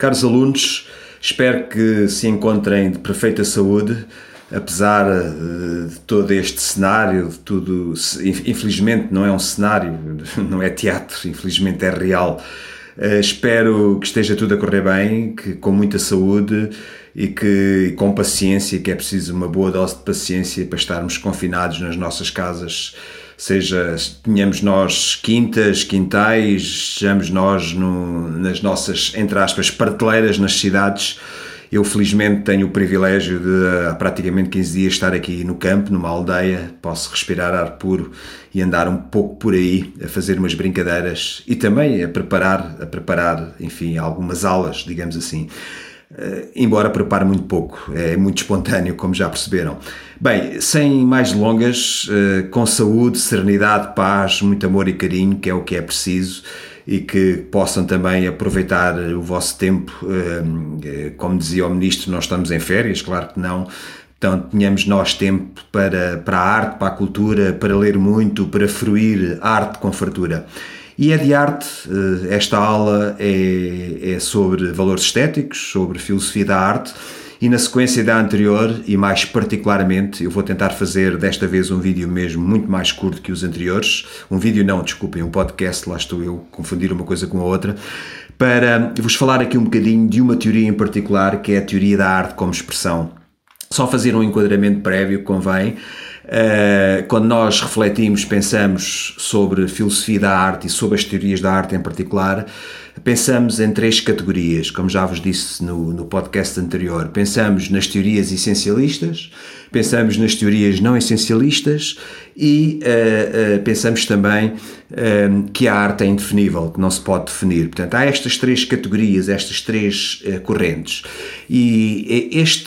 Caros alunos, espero que se encontrem de perfeita saúde, apesar de todo este cenário, de tudo. Infelizmente não é um cenário, não é teatro, infelizmente é real. Espero que esteja tudo a correr bem, que com muita saúde e com paciência, que é preciso uma boa dose de paciência para estarmos confinados nas nossas casas, seja tenhamos nós quintais, sejamos nós nas nossas, entre aspas, prateleiras nas cidades. Eu felizmente tenho o privilégio de há praticamente 15 dias estar aqui no campo, numa aldeia, posso respirar ar puro e andar um pouco por aí a fazer umas brincadeiras e também a preparar, enfim, algumas aulas, digamos assim. Embora prepare muito pouco, é muito espontâneo, como já perceberam. Bem, sem mais delongas, com saúde, serenidade, paz, muito amor e carinho, que é o que é preciso, e que possam também aproveitar o vosso tempo. Como dizia o Ministro, nós estamos em férias, claro que não. Então, tenhamos nós tempo para a arte, para a cultura, para ler muito, para fruir arte com fartura. E é de arte, esta aula é sobre valores estéticos, sobre filosofia da arte, e na sequência da anterior, e mais particularmente, eu vou tentar fazer desta vez um vídeo mesmo muito mais curto que os anteriores, um podcast, lá estou eu, confundir uma coisa com a outra, para vos falar aqui um bocadinho de uma teoria em particular, que é a teoria da arte como expressão. Só fazer um enquadramento prévio convém. Quando nós refletimos, pensamos sobre filosofia da arte e sobre as teorias da arte em particular, pensamos em três categorias, como já vos disse no podcast anterior. Pensamos nas teorias essencialistas, pensamos nas teorias não essencialistas e pensamos também que a arte é indefinível, que não se pode definir. Portanto, há estas três categorias, estas três correntes. E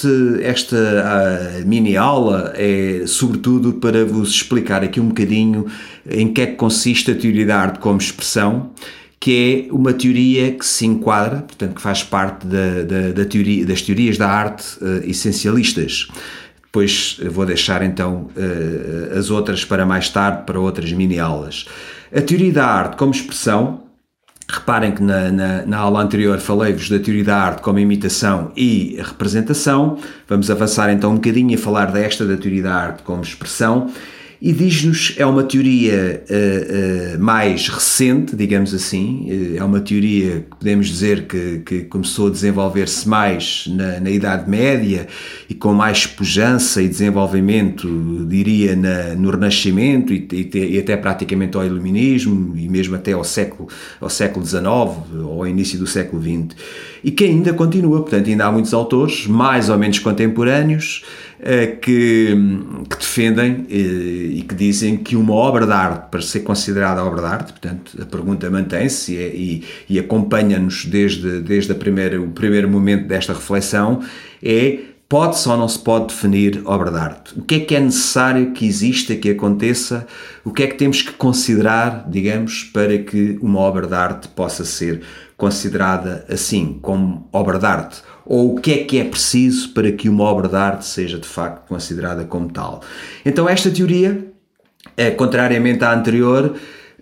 esta mini aula é sobretudo para vos explicar aqui um bocadinho em que é que consiste a teoria da arte como expressão, que é uma teoria que se enquadra, portanto, que faz parte das teorias da arte essencialistas. Depois vou deixar então as outras para mais tarde, para outras mini-aulas. A teoria da arte como expressão, reparem que na aula anterior falei-vos da teoria da arte como imitação e representação. Vamos avançar então um bocadinho a falar da teoria da arte como expressão. E diz-nos, é uma teoria mais recente, digamos assim, é uma teoria que podemos dizer que começou a desenvolver-se mais na Idade Média e com mais pujança e desenvolvimento, diria, no Renascimento e até praticamente ao Iluminismo e mesmo até ao século XIX ou ao início do século XX. E que ainda continua, portanto, ainda há muitos autores, mais ou menos contemporâneos, que defendem e que dizem que uma obra de arte, para ser considerada obra de arte, portanto, a pergunta mantém-se e acompanha-nos desde o primeiro momento desta reflexão, pode-se ou não se pode definir obra de arte? O que é necessário que exista, que aconteça? O que é que temos que considerar, digamos, para que uma obra de arte possa ser considerada assim, como obra de arte? Ou o que é preciso para que uma obra de arte seja de facto considerada como tal? Então esta teoria, contrariamente à anterior,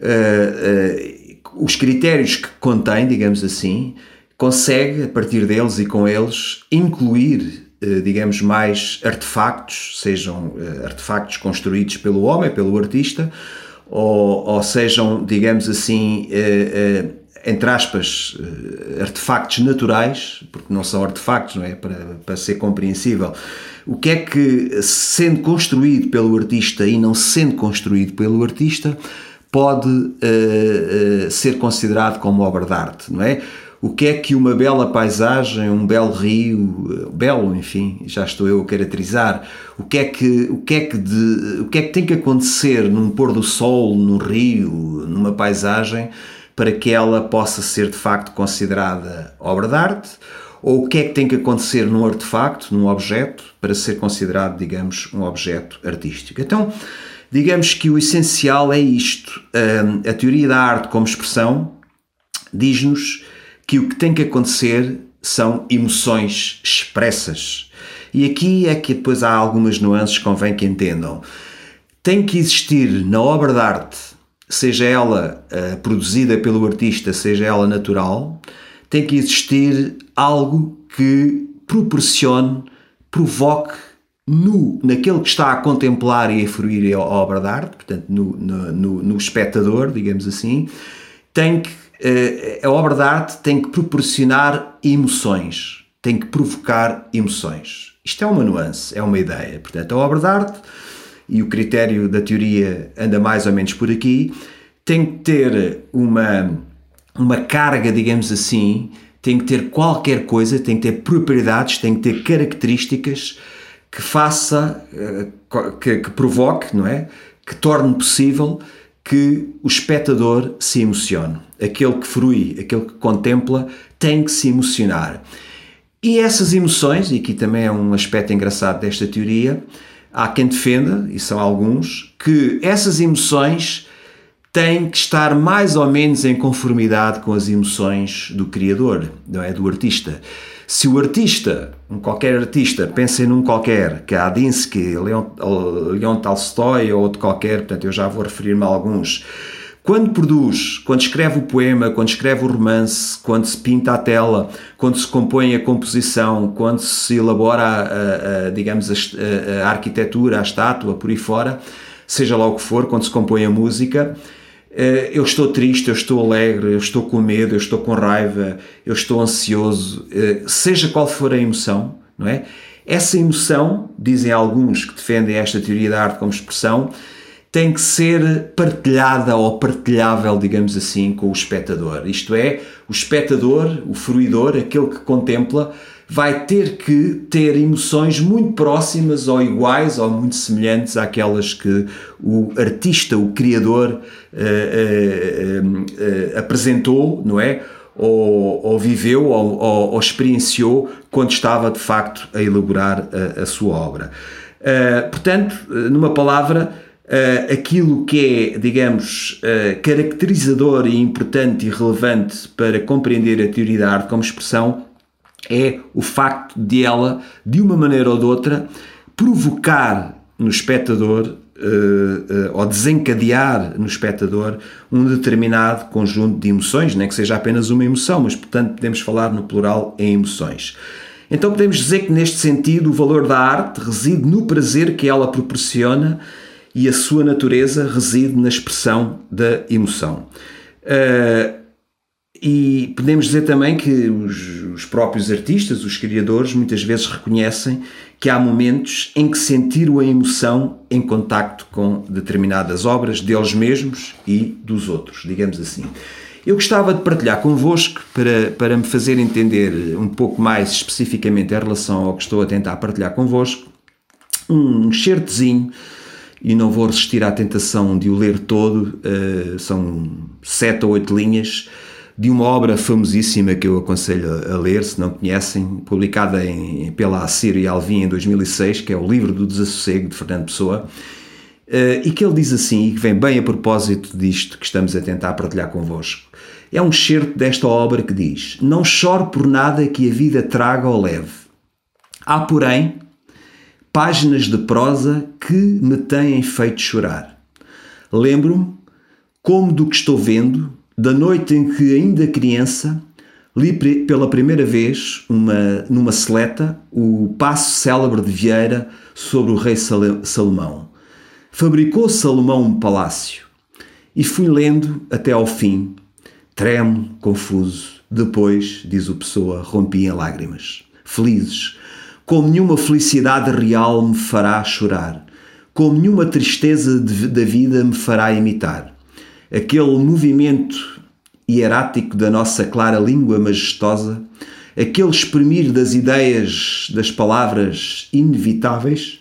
os critérios que contém, digamos assim, consegue, a partir deles e com eles, incluir, digamos, mais artefactos, sejam artefactos construídos pelo homem, pelo artista, ou sejam, digamos assim, entre aspas, artefactos naturais, porque não são artefactos, não é? Para ser compreensível. O que é que, sendo construído pelo artista e não sendo construído pelo artista, pode ser considerado como obra de arte, não é? O que é que uma bela paisagem, um belo rio, belo, enfim, já estou eu a caracterizar, o que é que tem que acontecer num pôr do sol, num rio, numa paisagem, para que ela possa ser de facto considerada obra de arte? Ou o que é que tem que acontecer num artefacto, num objeto, para ser considerado, digamos, um objeto artístico? Então, digamos que o essencial é isto. A teoria da arte como expressão diz-nos que o que tem que acontecer são emoções expressas. E aqui é que depois há algumas nuances que convém que entendam. Tem que existir na obra de arte, seja ela produzida pelo artista, seja ela natural, tem que existir algo que provoque naquele que está a contemplar e a fruir a obra de arte, portanto no espectador, digamos assim, a obra de arte tem que proporcionar emoções, tem que provocar emoções. Isto é uma nuance, é uma ideia. Portanto, a obra de arte, e o critério da teoria anda mais ou menos por aqui, tem que ter uma carga, digamos assim, tem que ter qualquer coisa, tem que ter propriedades, tem que ter características que faça, que provoque, não é? Que torne possível que o espectador se emocione. Aquele que frui, aquele que contempla, tem que se emocionar. E essas emoções, e aqui também é um aspecto engraçado desta teoria, há quem defenda, e são alguns, que essas emoções têm que estar mais ou menos em conformidade com as emoções do criador, não é? Do artista. Se o artista, qualquer artista, pensem num qualquer, Kandinsky, Leon Tolstói ou outro qualquer, portanto eu já vou referir-me a alguns, quando produz, quando escreve o poema, quando escreve o romance, quando se pinta a tela, quando se compõe a composição, quando se elabora digamos, a arquitetura, a estátua, por aí fora, seja lá o que for, quando se compõe a música, eu estou triste, eu estou alegre, eu estou com medo, eu estou com raiva, eu estou ansioso, seja qual for a emoção, não é? Essa emoção, dizem alguns que defendem esta teoria da arte como expressão, tem que ser partilhada ou partilhável, digamos assim, com o espectador. Isto é, o espectador, o fruidor, aquele que contempla, vai ter que ter emoções muito próximas ou iguais ou muito semelhantes àquelas que o artista, o criador, apresentou, não é? Ou viveu ou experienciou quando estava de facto a elaborar a sua obra. Portanto, numa palavra, aquilo que é, digamos, caracterizador e importante e relevante para compreender a teoria da arte como expressão é o facto de ela, de uma maneira ou de outra, provocar no espectador ou desencadear no espectador um determinado conjunto de emoções, nem que seja apenas uma emoção, mas portanto podemos falar no plural em emoções. Então podemos dizer que neste sentido o valor da arte reside no prazer que ela proporciona e a sua natureza reside na expressão da emoção. E podemos dizer também que os próprios artistas, os criadores, muitas vezes reconhecem que há momentos em que sentiram a emoção em contacto com determinadas obras deles mesmos e dos outros, digamos assim. Eu gostava de partilhar convosco, para me fazer entender um pouco mais especificamente em relação ao que estou a tentar partilhar convosco, um excertozinho, e não vou resistir à tentação de o ler todo, são 7 ou 8 linhas, de uma obra famosíssima que eu aconselho a ler, se não conhecem, publicada pela Assírio e Alvim em 2006, que é o Livro do Desassossego, de Fernando Pessoa, e que ele diz assim, e que vem bem a propósito disto que estamos a tentar partilhar convosco. É um excerto desta obra que diz: "Não choro por nada que a vida traga ou leve. Há, porém, páginas de prosa que me têm feito chorar. Lembro-me, como do que estou vendo, da noite em que, ainda criança, li pela primeira vez, numa seleta, o passo célebre de Vieira sobre o rei Salomão. Fabricou Salomão um palácio, e fui lendo até ao fim, tremo, confuso. Depois, diz o Pessoa, rompi em lágrimas. Felizes, como nenhuma felicidade real me fará chorar, como nenhuma tristeza da vida me fará imitar. Aquele movimento hierático da nossa clara língua majestosa, aquele exprimir das ideias, das palavras inevitáveis,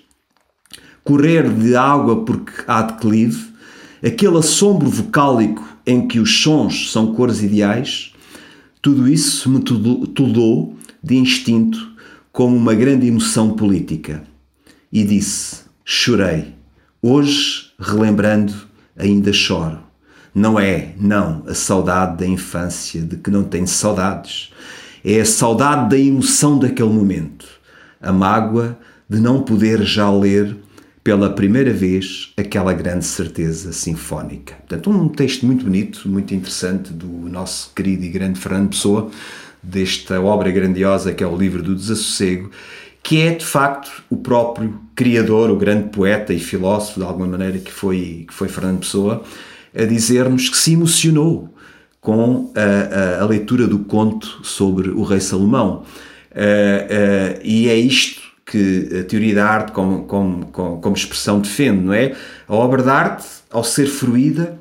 correr de água porque há declive, aquele assombro vocálico em que os sons são cores ideais, tudo isso me tuldou de instinto como uma grande emoção política. E disse, chorei. Hoje, relembrando, ainda choro. Não é, não, a saudade da infância, de que não tenho saudades. É a saudade da emoção daquele momento. A mágoa de não poder já ler pela primeira vez aquela grande certeza sinfónica." Portanto, um texto muito bonito, muito interessante do nosso querido e grande Fernando Pessoa, desta obra grandiosa que é o Livro do Desassossego, que é de facto o próprio criador, o grande poeta e filósofo, de alguma maneira, que foi Fernando Pessoa, a dizer-nos que se emocionou com a leitura do conto sobre o rei Salomão. E é isto que a teoria da arte como expressão defende, não é? A obra de arte, ao ser fruída,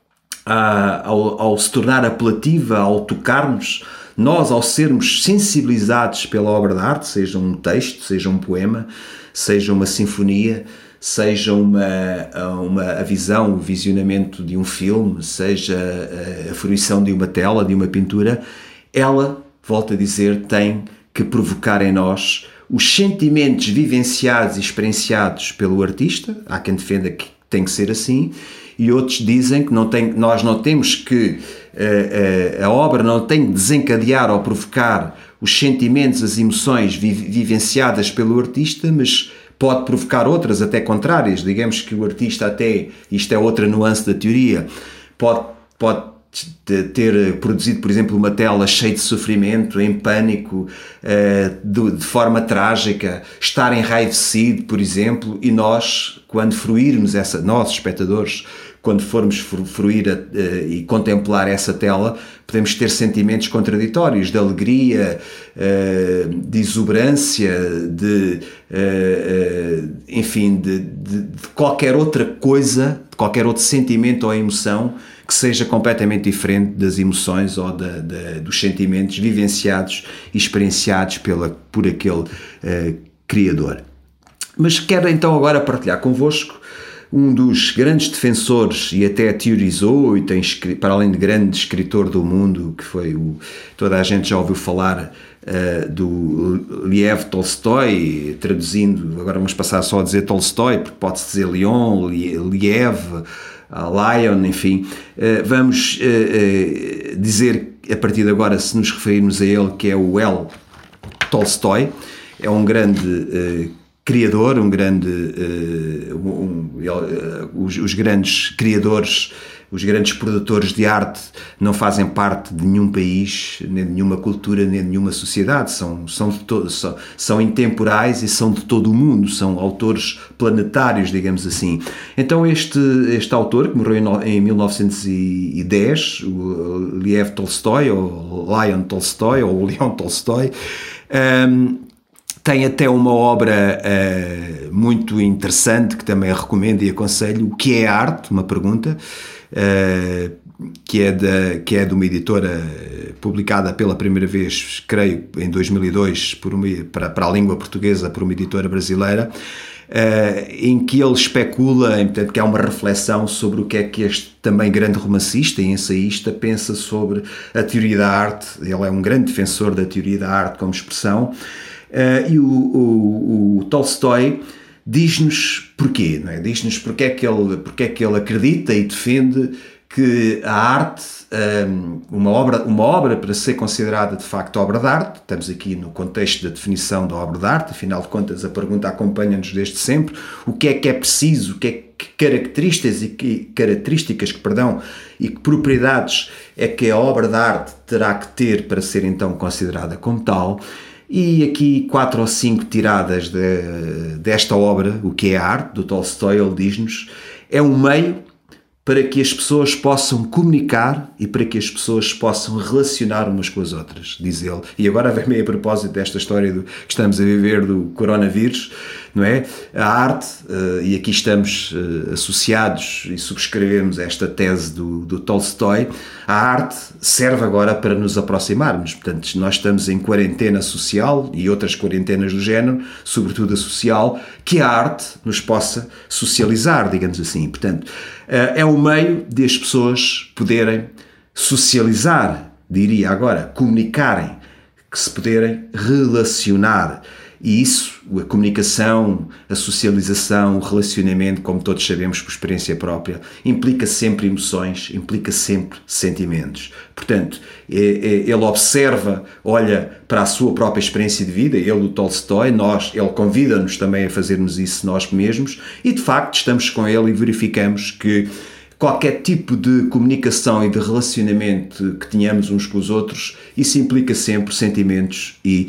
ao se tornar apelativa, ao tocar-nos, nós, ao sermos sensibilizados pela obra de arte, seja um texto, seja um poema, seja uma sinfonia, seja a visão, o visionamento de um filme, seja a fruição de uma tela, de uma pintura, ela, volto a dizer, tem que provocar em nós os sentimentos vivenciados e experienciados pelo artista. Há quem defenda que tem que ser assim, e outros dizem que nós não temos que, a obra não tem que desencadear ou provocar os sentimentos, as emoções vivenciadas pelo artista, mas pode provocar outras, até contrárias. Digamos que o artista até, isto é outra nuance da teoria, pode ter produzido, por exemplo, uma tela cheia de sofrimento, em pânico, de forma trágica, estar enraivecido, por exemplo, e nós, quando fruirmos nós, espectadores, quando formos fruir e contemplar essa tela, podemos ter sentimentos contraditórios, de alegria, de exuberância, enfim, de qualquer outra coisa, de qualquer outro sentimento ou emoção que seja completamente diferente das emoções ou dos sentimentos vivenciados e experienciados por aquele criador. Mas quero então agora partilhar convosco um dos grandes defensores, e até teorizou, e tem escrito, para além de grande escritor do mundo, que foi toda a gente já ouviu falar do Liev Tolstói, traduzindo, agora vamos passar só a dizer Tolstói, porque pode-se dizer Leon, Liev, Lion, enfim. Vamos dizer, a partir de agora, se nos referirmos a ele, que é o L. Tolstói, é um grande criador, os grandes criadores, os grandes produtores de arte não fazem parte de nenhum país, nem de nenhuma cultura, nem de nenhuma sociedade, são intemporais e são de todo o mundo, são autores planetários, digamos assim. Então este autor, que morreu em 1910, o Liev Tolstói, ou Lion Tolstói, ou Leon Tolstói, tem até uma obra muito interessante que também recomendo e aconselho, o que é arte, uma pergunta, que é de uma editora publicada pela primeira vez, creio, em 2002, para a língua portuguesa, por uma editora brasileira, em que ele especula, portanto, que há uma reflexão sobre o que é que este também grande romancista e ensaísta pensa sobre a teoria da arte. Ele é um grande defensor da teoria da arte como expressão. E o Tolstói diz-nos porquê, não é? Diz-nos porque é que ele acredita e defende que a arte, uma obra para ser considerada de facto obra de arte, estamos aqui no contexto da definição da obra de arte, afinal de contas a pergunta acompanha-nos desde sempre, o que é preciso, que características e que propriedades é que a obra de arte terá que ter para ser então considerada como tal. E aqui 4 ou 5 tiradas desta obra, o que é a arte, do Tolstói. Ele diz-nos, é um meio para que as pessoas possam comunicar e para que as pessoas possam relacionar umas com as outras, diz ele. E agora vem-me a propósito desta história que estamos a viver do coronavírus, não é? A arte, e aqui estamos associados e subscrevemos esta tese do Tolstói, a arte serve agora para nos aproximarmos. Portanto, nós estamos em quarentena social e outras quarentenas do género, sobretudo a social, que a arte nos possa socializar, digamos assim. Portanto, é um meio de as pessoas poderem socializar, diria agora, comunicarem, que se poderem relacionar. E isso, a comunicação, a socialização, o relacionamento, como todos sabemos por experiência própria, implica sempre emoções, implica sempre sentimentos. Portanto, ele observa, olha para a sua própria experiência de vida, ele, o Tolstói, ele convida-nos também a fazermos isso nós mesmos, e de facto estamos com ele e verificamos que qualquer tipo de comunicação e de relacionamento que tenhamos uns com os outros, isso implica sempre sentimentos e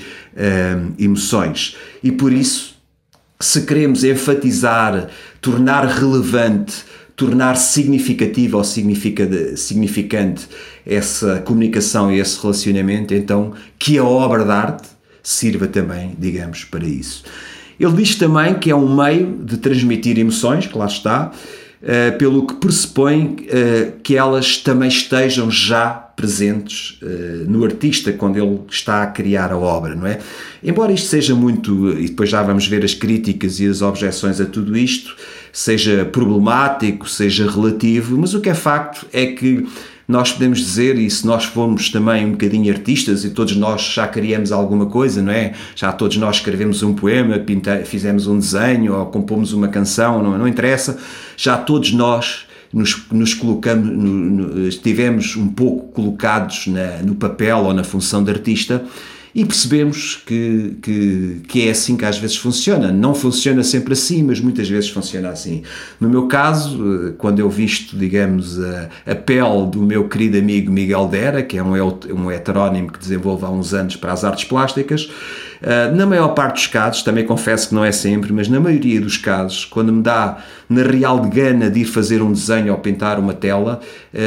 emoções. E por isso, se queremos enfatizar, tornar relevante, tornar significativa ou significante essa comunicação e esse relacionamento, então que a obra de arte sirva também, digamos, para isso. Ele diz também que é um meio de transmitir emoções, que lá está, pelo que pressupõe que elas também estejam já presentes no artista quando ele está a criar a obra, não é? Embora isto seja muito, e depois já vamos ver as críticas e as objeções a tudo isto, seja problemático, seja relativo, mas o que é facto é que nós podemos dizer, e se nós formos também um bocadinho artistas, e todos nós já criamos alguma coisa, não é? Já todos nós escrevemos um poema, fizemos um desenho, ou compomos uma canção, não interessa, já todos nós nos colocamos, estivemos um pouco colocados no papel ou na função de artista, e percebemos que é assim que às vezes funciona. Não funciona sempre assim, mas muitas vezes funciona assim. No meu caso, quando eu visto, digamos, a pele do meu querido amigo Miguel Dera, que é um heterónimo que desenvolve há uns anos para as artes plásticas, na maior parte dos casos, também confesso que não é sempre, mas na maioria dos casos, quando me dá na real de gana de ir fazer um desenho ou pintar uma tela,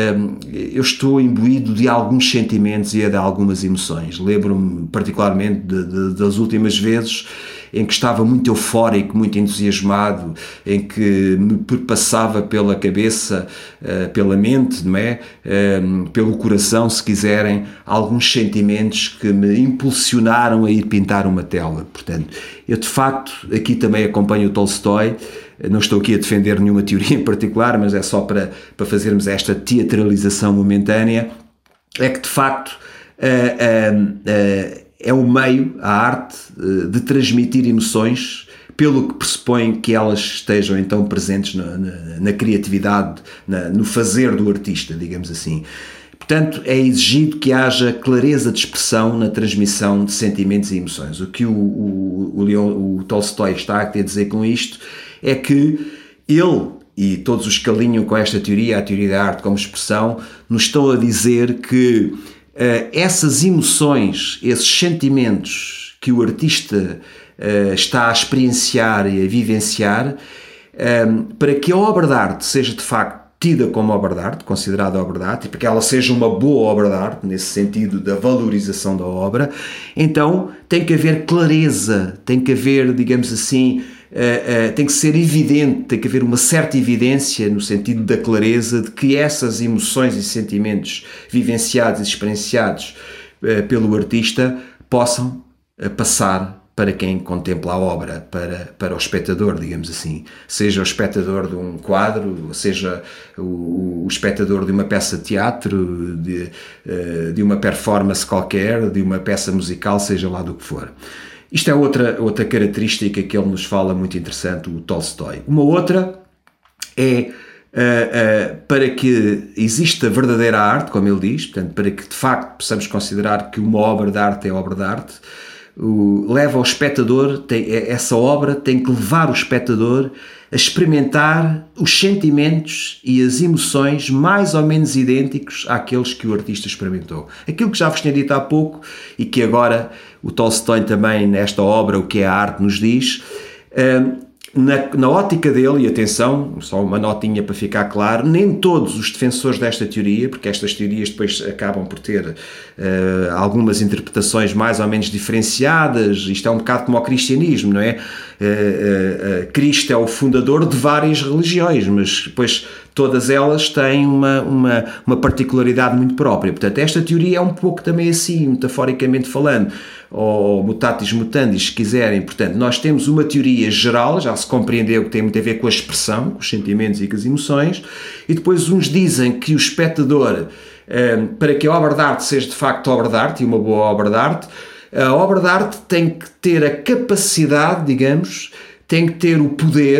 eu estou imbuído de alguns sentimentos e de algumas emoções. Lembro-me particularmente das últimas vezes em que estava muito eufórico, muito entusiasmado, em que me perpassava pela cabeça, pela mente, não é? Pelo coração, se quiserem, alguns sentimentos que me impulsionaram a ir pintar uma tela. Portanto, eu de facto aqui também acompanho o Tolstói. Não estou aqui a defender nenhuma teoria em particular, mas é só para fazermos esta teatralização momentânea. É que de facto é um meio, a arte, de transmitir emoções, pelo que pressupõe que elas estejam então presentes na criatividade, no fazer do artista, digamos assim. Portanto, é exigido que haja clareza de expressão na transmissão de sentimentos e emoções. O que o Tolstói está a querer dizer com isto é que ele e todos os que alinham com esta teoria, a teoria da arte como expressão, nos estão a dizer que essas emoções, esses sentimentos que o artista está a experienciar e a vivenciar, para que a obra de arte seja de facto tida como obra de arte, considerada obra de arte, e para que ela seja uma boa obra de arte, nesse sentido da valorização da obra, então tem que haver clareza, tem que haver, digamos assim, tem que ser evidente, tem que haver uma certa evidência no sentido da clareza de que essas emoções e sentimentos vivenciados e experienciados pelo artista possam passar para quem contempla a obra, para o espectador, digamos assim. Seja o espectador de um quadro, seja o espectador de uma peça de teatro, de uma performance qualquer, de uma peça musical, seja lá do que for. Isto é outra característica que ele nos fala muito interessante, o Tolstói. Uma outra é para que exista verdadeira arte, como ele diz, portanto, para que de facto possamos considerar que uma obra de arte é obra de arte, leva o espectador, essa obra tem que levar o espectador a experimentar os sentimentos e as emoções mais ou menos idênticos àqueles que o artista experimentou. Aquilo que já vos tinha dito há pouco e que agora o Tolstói também nesta obra, O que é a arte, nos diz, na ótica dele, e atenção, só uma notinha para ficar claro, nem todos os defensores desta teoria, porque estas teorias depois acabam por ter algumas interpretações mais ou menos diferenciadas, isto é um bocado como o cristianismo, não é? Cristo é o fundador de várias religiões, mas depois todas elas têm uma particularidade muito própria. Portanto, esta teoria é um pouco também assim, metaforicamente falando, ou mutatis mutandis, se quiserem. Portanto, nós temos uma teoria geral, já se compreendeu que tem muito a ver com a expressão, com os sentimentos e com as emoções, e depois uns dizem que o espectador, para que a obra de arte seja de facto obra de arte, e uma boa obra de arte, a obra de arte tem que ter a capacidade, digamos, tem que ter o poder,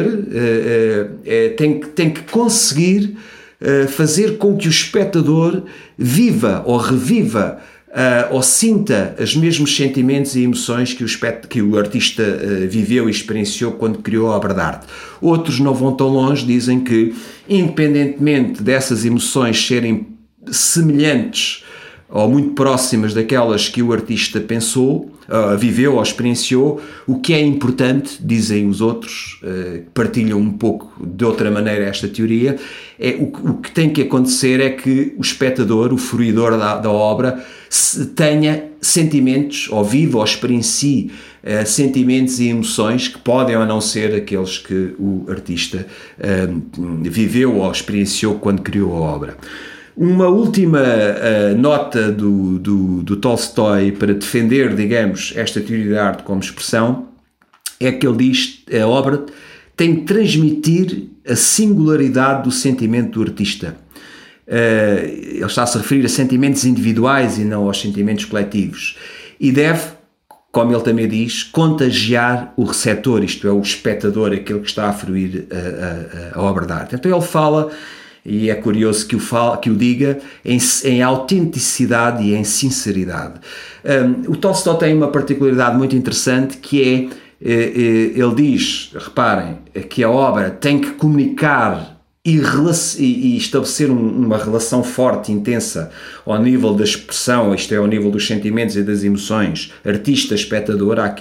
tem que conseguir fazer com que o espectador viva ou reviva ou sinta os mesmos sentimentos e emoções que o artista viveu e experienciou quando criou a obra de arte. Outros não vão tão longe, dizem que, independentemente dessas emoções serem semelhantes ou muito próximas daquelas que o artista pensou, viveu ou experienciou, o que é importante, dizem os outros, partilham um pouco de outra maneira esta teoria, o que tem que acontecer é que o espectador, o fruidor da obra, tenha sentimentos, ou viva ou experiencie sentimentos e emoções que podem ou não ser aqueles que o artista viveu ou experienciou quando criou a obra. Uma última nota do Tolstói para defender, digamos, esta teoria da arte como expressão é que ele diz que a obra tem de transmitir a singularidade do sentimento do artista. Ele está-se a referir a sentimentos individuais e não aos sentimentos coletivos. E deve, como ele também diz, contagiar o receptor, isto é, o espectador, aquele que está a fruir a obra de arte. Então ele fala, e é curioso que o diga, em autenticidade e em sinceridade. O Tolstói tem uma particularidade muito interessante que é, ele diz, reparem, que a obra tem que comunicar e estabelecer uma relação forte, intensa, ao nível da expressão, isto é, ao nível dos sentimentos e das emoções, artista-espectador. Há aqui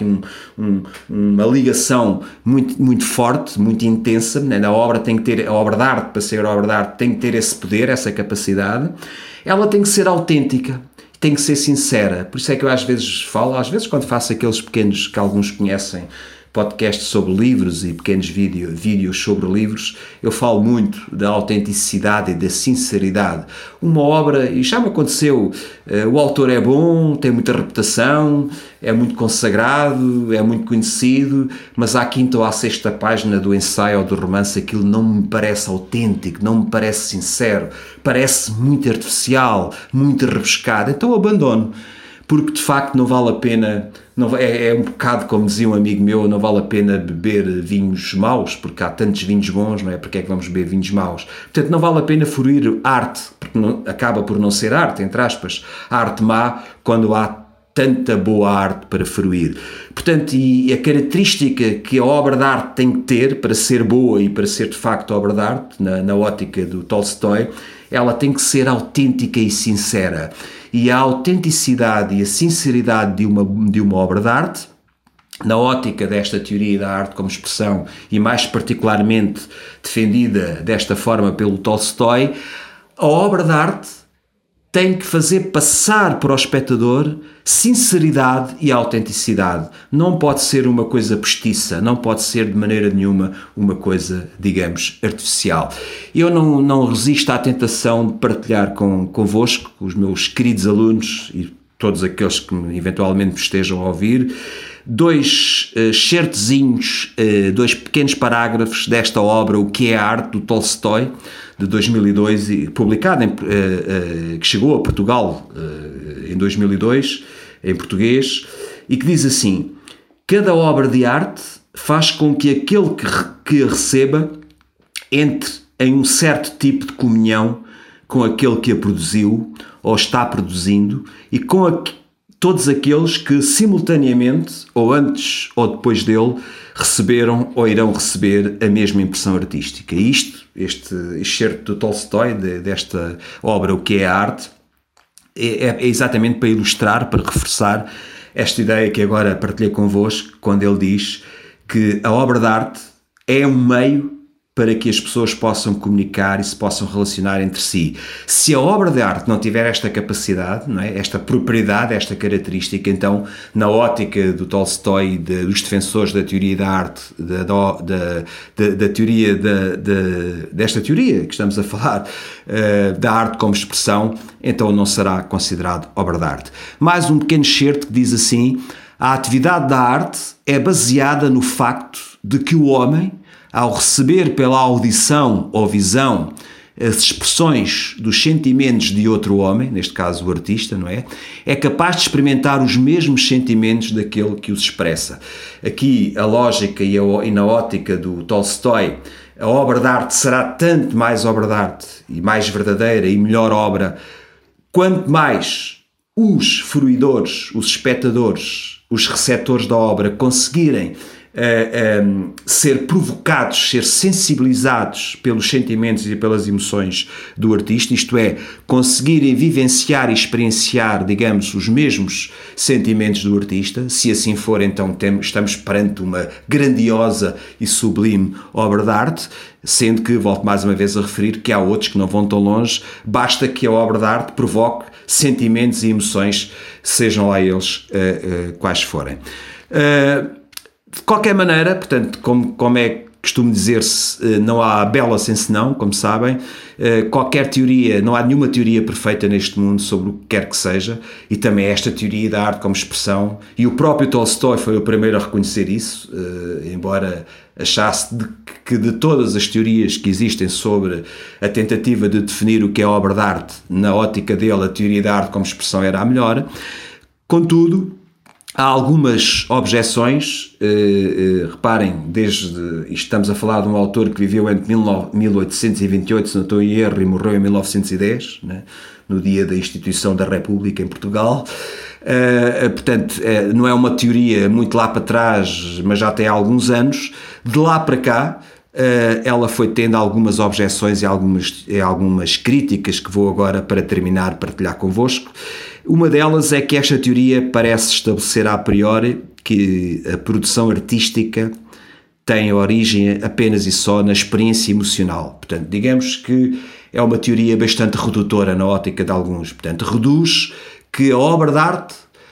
uma ligação muito, muito forte, muito intensa. A obra tem que ter, a obra de arte, para ser obra de arte, tem que ter esse poder, essa capacidade. Ela tem que ser autêntica, tem que ser sincera. Por isso é que eu às vezes falo, quando faço aqueles pequenos que alguns conhecem, podcasts sobre livros e pequenos vídeos sobre livros, eu falo muito da autenticidade e da sinceridade. Uma obra, e já me aconteceu, o autor é bom, tem muita reputação, é muito consagrado, é muito conhecido, mas à quinta ou à sexta página do ensaio ou do romance aquilo não me parece autêntico, não me parece sincero, parece muito artificial, muito rebuscado, então abandono. Porque de facto não vale a pena, é um bocado como dizia um amigo meu, não vale a pena beber vinhos maus, porque há tantos vinhos bons, não é? Porque é que vamos beber vinhos maus? Portanto, não vale a pena fruir arte, porque acaba por não ser arte, entre aspas, arte má, quando há tanta boa arte para fruir. Portanto, e a característica que a obra de arte tem que ter para ser boa e para ser de facto obra de arte, na ótica do Tolstói, ela tem que ser autêntica e sincera. E a autenticidade e a sinceridade de uma obra de arte, na ótica desta teoria da arte como expressão e mais particularmente defendida desta forma pelo Tolstói, a obra de arte tem que fazer passar para o espectador sinceridade e autenticidade. Não pode ser uma coisa postiça, não pode ser de maneira nenhuma uma coisa, digamos, artificial. Eu não resisto à tentação de partilhar convosco, os meus queridos alunos e todos aqueles que eventualmente me estejam a ouvir, dois certezinhos, dois pequenos parágrafos desta obra, O que é a arte, do Tolstói, de 2002, publicado, que chegou a Portugal em 2002, em português, e que diz assim: cada obra de arte faz com que aquele que a receba entre em um certo tipo de comunhão com aquele que a produziu ou está produzindo e com todos aqueles que simultaneamente, ou antes ou depois dele, receberam ou irão receber a mesma impressão artística. E este excerto do Tolstói, desta obra O que é a arte, é exatamente para ilustrar, para reforçar esta ideia que agora partilhei convosco, quando ele diz que a obra de arte é um meio para que as pessoas possam comunicar e se possam relacionar entre si. Se a obra de arte não tiver esta capacidade, não é? Esta propriedade, esta característica, então, na ótica do Tolstói, dos defensores da teoria da arte, da teoria desta teoria que estamos a falar, da arte como expressão, então não será considerado obra de arte. Mais um pequeno excerto que diz assim: a atividade da arte é baseada no facto de que o homem, ao receber pela audição ou visão as expressões dos sentimentos de outro homem, neste caso o artista, não é? É capaz de experimentar os mesmos sentimentos daquele que os expressa. Aqui a lógica e na ótica do Tolstói, a obra de arte será tanto mais obra de arte e mais verdadeira e melhor obra, quanto mais os fruidores, os espectadores, os receptores da obra conseguirem ser provocados, ser sensibilizados pelos sentimentos e pelas emoções do artista, isto é, conseguirem vivenciar e experienciar, digamos, os mesmos sentimentos do artista. Se assim for, então estamos perante uma grandiosa e sublime obra de arte, sendo que, volto mais uma vez a referir, que há outros que não vão tão longe, basta que a obra de arte provoque sentimentos e emoções, sejam lá eles quais forem. De qualquer maneira, portanto, como é que costumo dizer-se, não há bela sem senão, como sabem, qualquer teoria, não há nenhuma teoria perfeita neste mundo sobre o que quer que seja, e também esta teoria da arte como expressão, e o próprio Tolstói foi o primeiro a reconhecer isso, embora achasse que de todas as teorias que existem sobre a tentativa de definir o que é obra de arte, na ótica dele, a teoria da arte como expressão era a melhor. Contudo, há algumas objeções, reparem, estamos a falar de um autor que viveu entre 1828, se não estou em erro, e morreu em 1910, né, no dia da instituição da República em Portugal. Portanto, não é uma teoria muito lá para trás, mas já tem alguns anos. De lá para cá, ela foi tendo algumas objeções e algumas críticas que vou agora, para terminar, partilhar convosco. Uma delas é que esta teoria parece estabelecer a priori que a produção artística tem origem apenas e só na experiência emocional. Portanto, digamos que é uma teoria bastante redutora na ótica de alguns. Portanto, reduz que a obra de arte,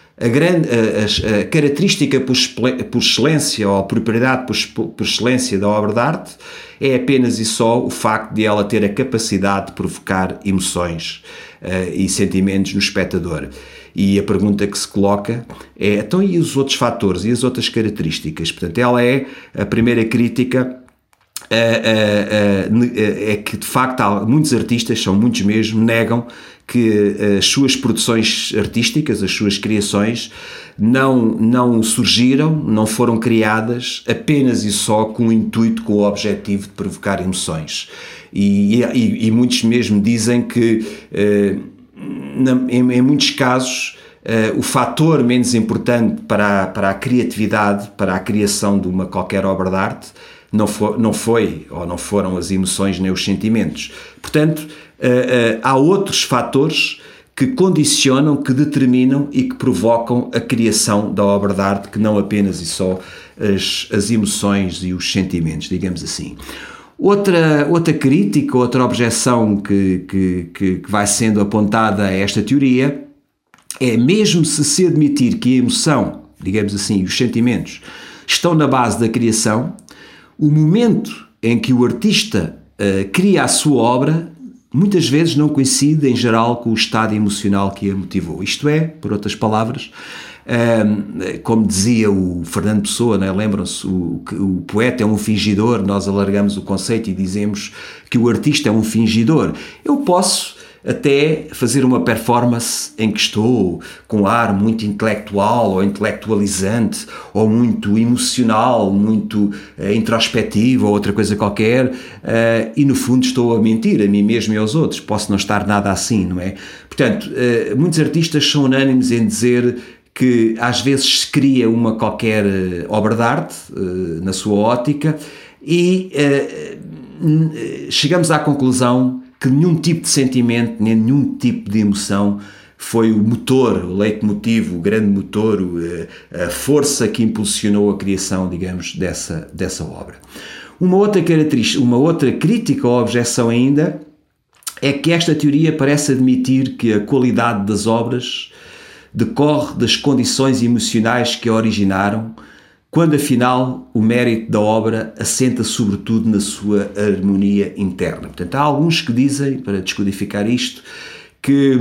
a característica por excelência, ou a propriedade por excelência da obra de arte, é apenas e só o facto de ela ter a capacidade de provocar emoções e sentimentos no espectador. E a pergunta que se coloca é, então, e os outros fatores, e as outras características? Portanto, ela é a primeira crítica, é que de facto há muitos artistas, são muitos mesmo, negam que as suas produções artísticas, as suas criações, não surgiram, não foram criadas apenas e só com o intuito, com o objetivo de provocar emoções. E muitos mesmo dizem que, em muitos casos, o fator menos importante para a criatividade, para a criação de uma qualquer obra de arte, não foram as emoções nem os sentimentos. Portanto, há outros fatores que condicionam, que determinam e que provocam a criação da obra de arte, que não apenas e só as emoções e os sentimentos, digamos assim. Outra crítica, outra objeção que vai sendo apontada a esta teoria é, mesmo se admitir que a emoção, digamos assim, e os sentimentos estão na base da criação, o momento em que o artista cria a sua obra muitas vezes não coincide, em geral, com o estado emocional que a motivou. Isto é, por outras palavras, como dizia o Fernando Pessoa, né? Lembram-se, o poeta é um fingidor, nós alargamos o conceito e dizemos que o artista é um fingidor. Eu posso até fazer uma performance em que estou com ar muito intelectual ou intelectualizante ou muito emocional, muito introspectivo ou outra coisa qualquer, e no fundo estou a mentir a mim mesmo e aos outros. Posso não estar nada assim, não é? Portanto, muitos artistas são unânimes em dizer que às vezes se cria uma qualquer obra de arte na sua ótica e chegamos à conclusão que nenhum tipo de sentimento, nem nenhum tipo de emoção foi o motor, o leitmotiv, o grande motor, a força que impulsionou a criação, digamos, dessa obra. Uma outra característica, uma outra crítica ou objeção ainda, é que esta teoria parece admitir que a qualidade das obras decorre das condições emocionais que a originaram, quando afinal o mérito da obra assenta sobretudo na sua harmonia interna. Portanto, há alguns que dizem, para descodificar isto, que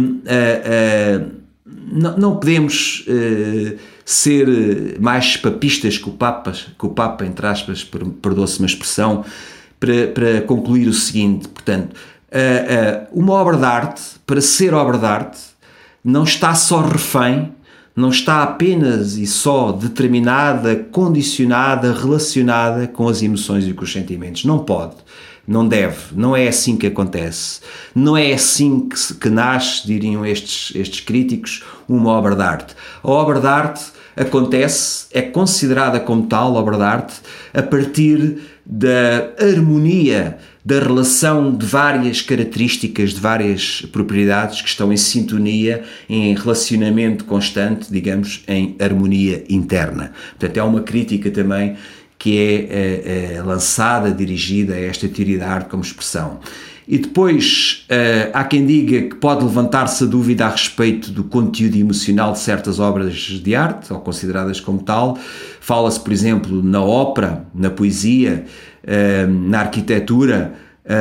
não podemos ser mais papistas que o Papa, entre aspas, perdoa-se uma expressão, para concluir o seguinte. Portanto, uma obra de arte, para ser obra de arte, não está só refém, não está apenas e só determinada, condicionada, relacionada com as emoções e com os sentimentos. Não pode. Não deve, não é assim que acontece. Não é assim que nasce, diriam estes críticos, uma obra de arte. A obra de arte acontece, é considerada como tal, obra de arte, a partir da harmonia, da relação de várias características, de várias propriedades que estão em sintonia, em relacionamento constante, digamos, em harmonia interna. Portanto, é uma crítica também que é lançada, dirigida a esta teoria da arte como expressão. E depois há quem diga que pode levantar-se a dúvida a respeito do conteúdo emocional de certas obras de arte, ou consideradas como tal. Fala-se, por exemplo, na ópera, na poesia, na arquitetura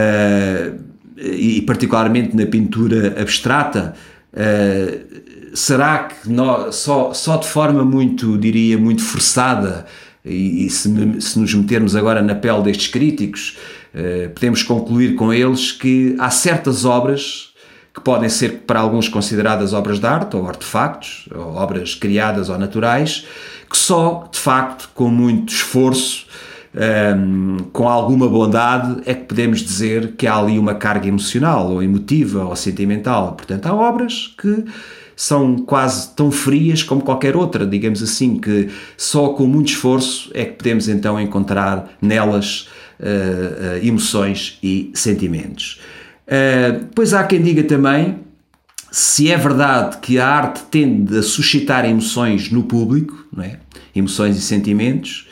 e particularmente na pintura abstrata. Será que só de forma muito, diria, muito forçada, e se nos metermos agora na pele destes críticos, podemos concluir com eles que há certas obras que podem ser para alguns consideradas obras de arte ou artefactos, ou obras criadas ou naturais, que só de facto com muito esforço, com alguma bondade, é que podemos dizer que há ali uma carga emocional ou emotiva ou sentimental. Portanto, há obras que são quase tão frias como qualquer outra, digamos assim, que só com muito esforço é que podemos então encontrar nelas emoções e sentimentos. Depois há quem diga também, se é verdade que a arte tende a suscitar emoções no público, não é? Emoções e sentimentos,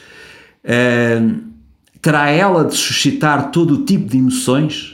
terá ela de suscitar todo o tipo de emoções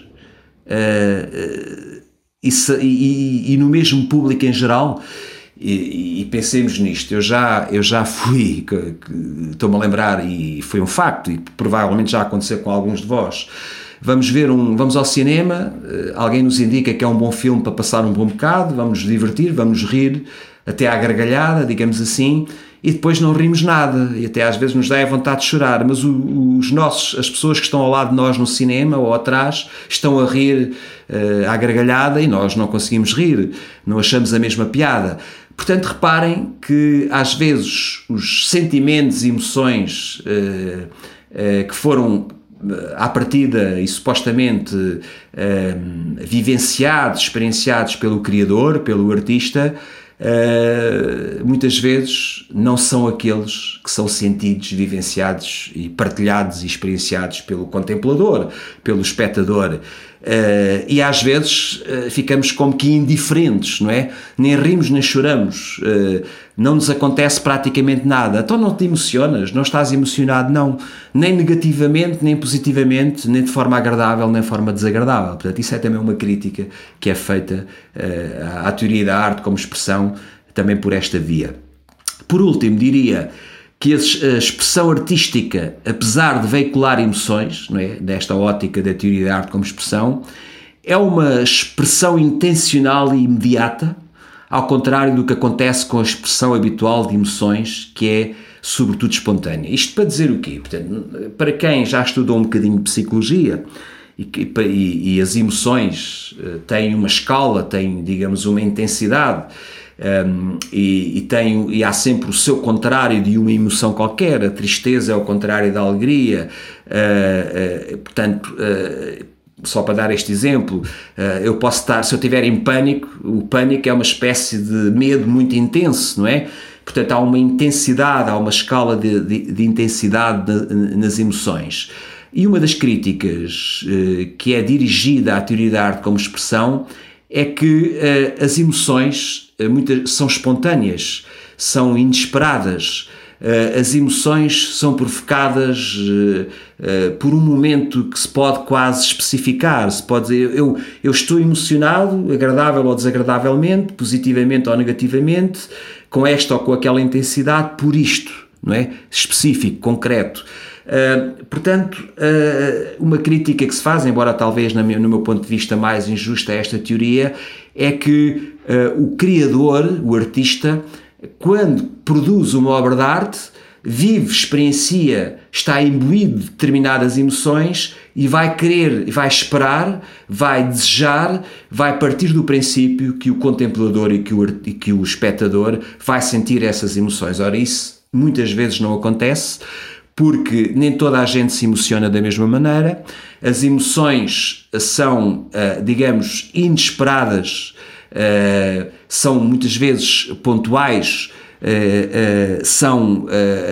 e no mesmo público em geral? E pensemos nisto. Eu já fui, estou-me a lembrar, e foi um facto, e provavelmente já aconteceu com alguns de vós. Vamos ao cinema, alguém nos indica que é um bom filme para passar um bom bocado, vamos nos divertir, vamos rir até à gargalhada, digamos assim, e depois não rimos nada, e até às vezes nos dá a vontade de chorar, mas as pessoas que estão ao lado de nós no cinema ou atrás estão a rir à gargalhada e nós não conseguimos rir, não achamos a mesma piada. Portanto, reparem que às vezes os sentimentos e emoções que foram à partida e supostamente vivenciados, experienciados pelo criador, pelo artista, muitas vezes não são aqueles que são sentidos, vivenciados e partilhados e experienciados pelo contemplador, pelo espectador. E às vezes ficamos como que indiferentes, não é? Nem rimos nem choramos, não nos acontece praticamente nada. Então não te emocionas, não estás emocionado, não, nem negativamente, nem positivamente, nem de forma agradável, nem de forma desagradável. Portanto, isso é também uma crítica que é feita à teoria da arte como expressão, também por esta via. Por último, diria que a expressão artística, apesar de veicular emoções, não é, desta ótica da teoria da arte como expressão, é uma expressão intencional e imediata, ao contrário do que acontece com a expressão habitual de emoções, que é sobretudo espontânea. Isto para dizer o quê? Portanto, para quem já estudou um bocadinho de psicologia e as emoções têm uma escala, têm, digamos, uma intensidade, e há sempre o seu contrário de uma emoção qualquer. A tristeza é o contrário da alegria, portanto, só para dar este exemplo, eu posso estar, se eu estiver em pânico, o pânico é uma espécie de medo muito intenso, não é? Portanto, há uma intensidade, há uma escala de intensidade nas emoções. E uma das críticas que é dirigida à teoria da arte como expressão é que as emoções muitas são espontâneas, são inesperadas. As emoções são provocadas por um momento que se pode quase especificar. Se pode dizer, eu estou emocionado, agradável ou desagradavelmente, positivamente ou negativamente, com esta ou com aquela intensidade, por isto, não é? Específico, concreto. Portanto, uma crítica que se faz, embora talvez no meu ponto de vista mais injusta a esta teoria, é que o criador, o artista, quando produz uma obra de arte, vive, experiencia, está imbuído de determinadas emoções e vai querer, vai esperar, vai desejar, vai partir do princípio que o contemplador e que o espectador vai sentir essas emoções. Ora, isso muitas vezes não acontece, porque nem toda a gente se emociona da mesma maneira, as emoções são, digamos, inesperadas, são muitas vezes pontuais, são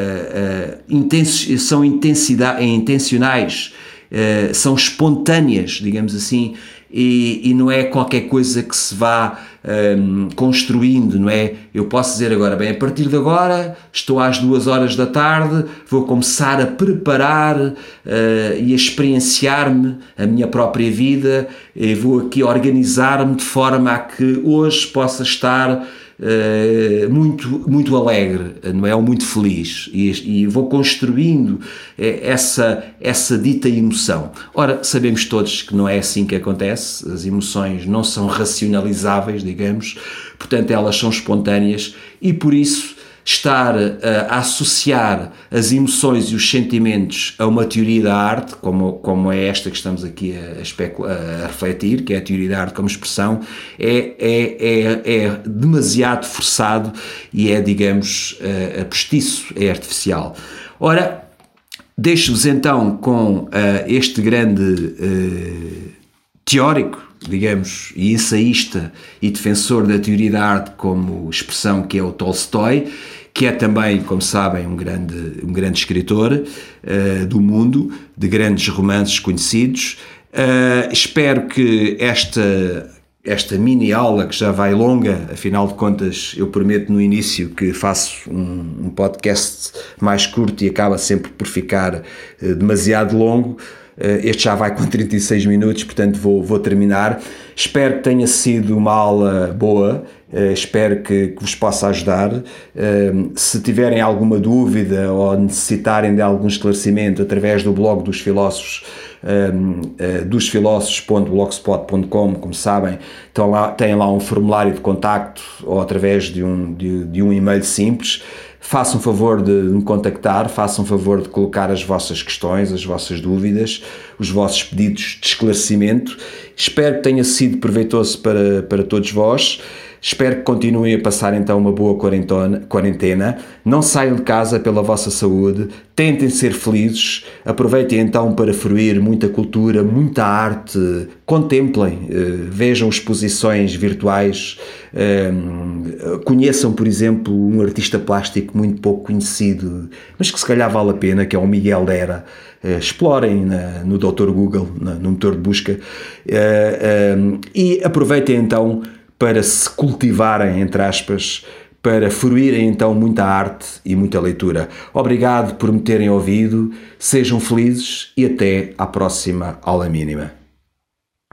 intencionais, são espontâneas, digamos assim, e não é qualquer coisa que se vá construindo, não é? Eu posso dizer agora, bem, a partir de agora estou às 2 horas da tarde, vou começar a preparar e a experienciar-me a minha própria vida, e vou aqui organizar-me de forma a que hoje possa estar muito alegre, não é? Ou muito feliz, e vou construindo essa dita emoção. Ora, sabemos todos que não é assim que acontece, as emoções não são racionalizáveis, digamos, portanto elas são espontâneas, e por isso estar a associar as emoções e os sentimentos a uma teoria da arte, como é esta que estamos aqui a refletir, que é a teoria da arte como expressão, é demasiado forçado e é, digamos, postiço, é artificial. Ora, deixo-vos então com este grande teórico, digamos, e ensaísta e defensor da teoria da arte como expressão, que é o Tolstói, que é também, como sabem, um grande escritor do mundo, de grandes romances conhecidos. Espero que esta mini aula, que já vai longa, afinal de contas eu prometo no início que faço um podcast mais curto e acaba sempre por ficar demasiado longo. Este já vai com 36 minutos, portanto vou terminar. Espero que tenha sido uma aula boa, espero que vos possa ajudar. Se tiverem alguma dúvida ou necessitarem de algum esclarecimento através do blog dos filósofos, dosfilósofos.blogspot.com, como sabem, têm lá um formulário de contacto ou através de um e-mail simples. Façam favor de me contactar, façam favor de colocar as vossas questões, as vossas dúvidas, os vossos pedidos de esclarecimento. Espero que tenha sido proveitoso para todos vós. Espero que continuem a passar então uma boa quarentena. Não saiam de casa pela vossa saúde. Tentem ser felizes. Aproveitem então para fruir muita cultura, muita arte. Contemplem, vejam exposições virtuais. Conheçam, por exemplo, um artista plástico muito pouco conhecido, mas que se calhar vale a pena, que é o Miguel Dera. Explorem no Dr. Google, no motor de busca. E aproveitem então para se cultivarem, entre aspas, para fruírem então muita arte e muita leitura. Obrigado por me terem ouvido, sejam felizes e até à próxima aula mínima.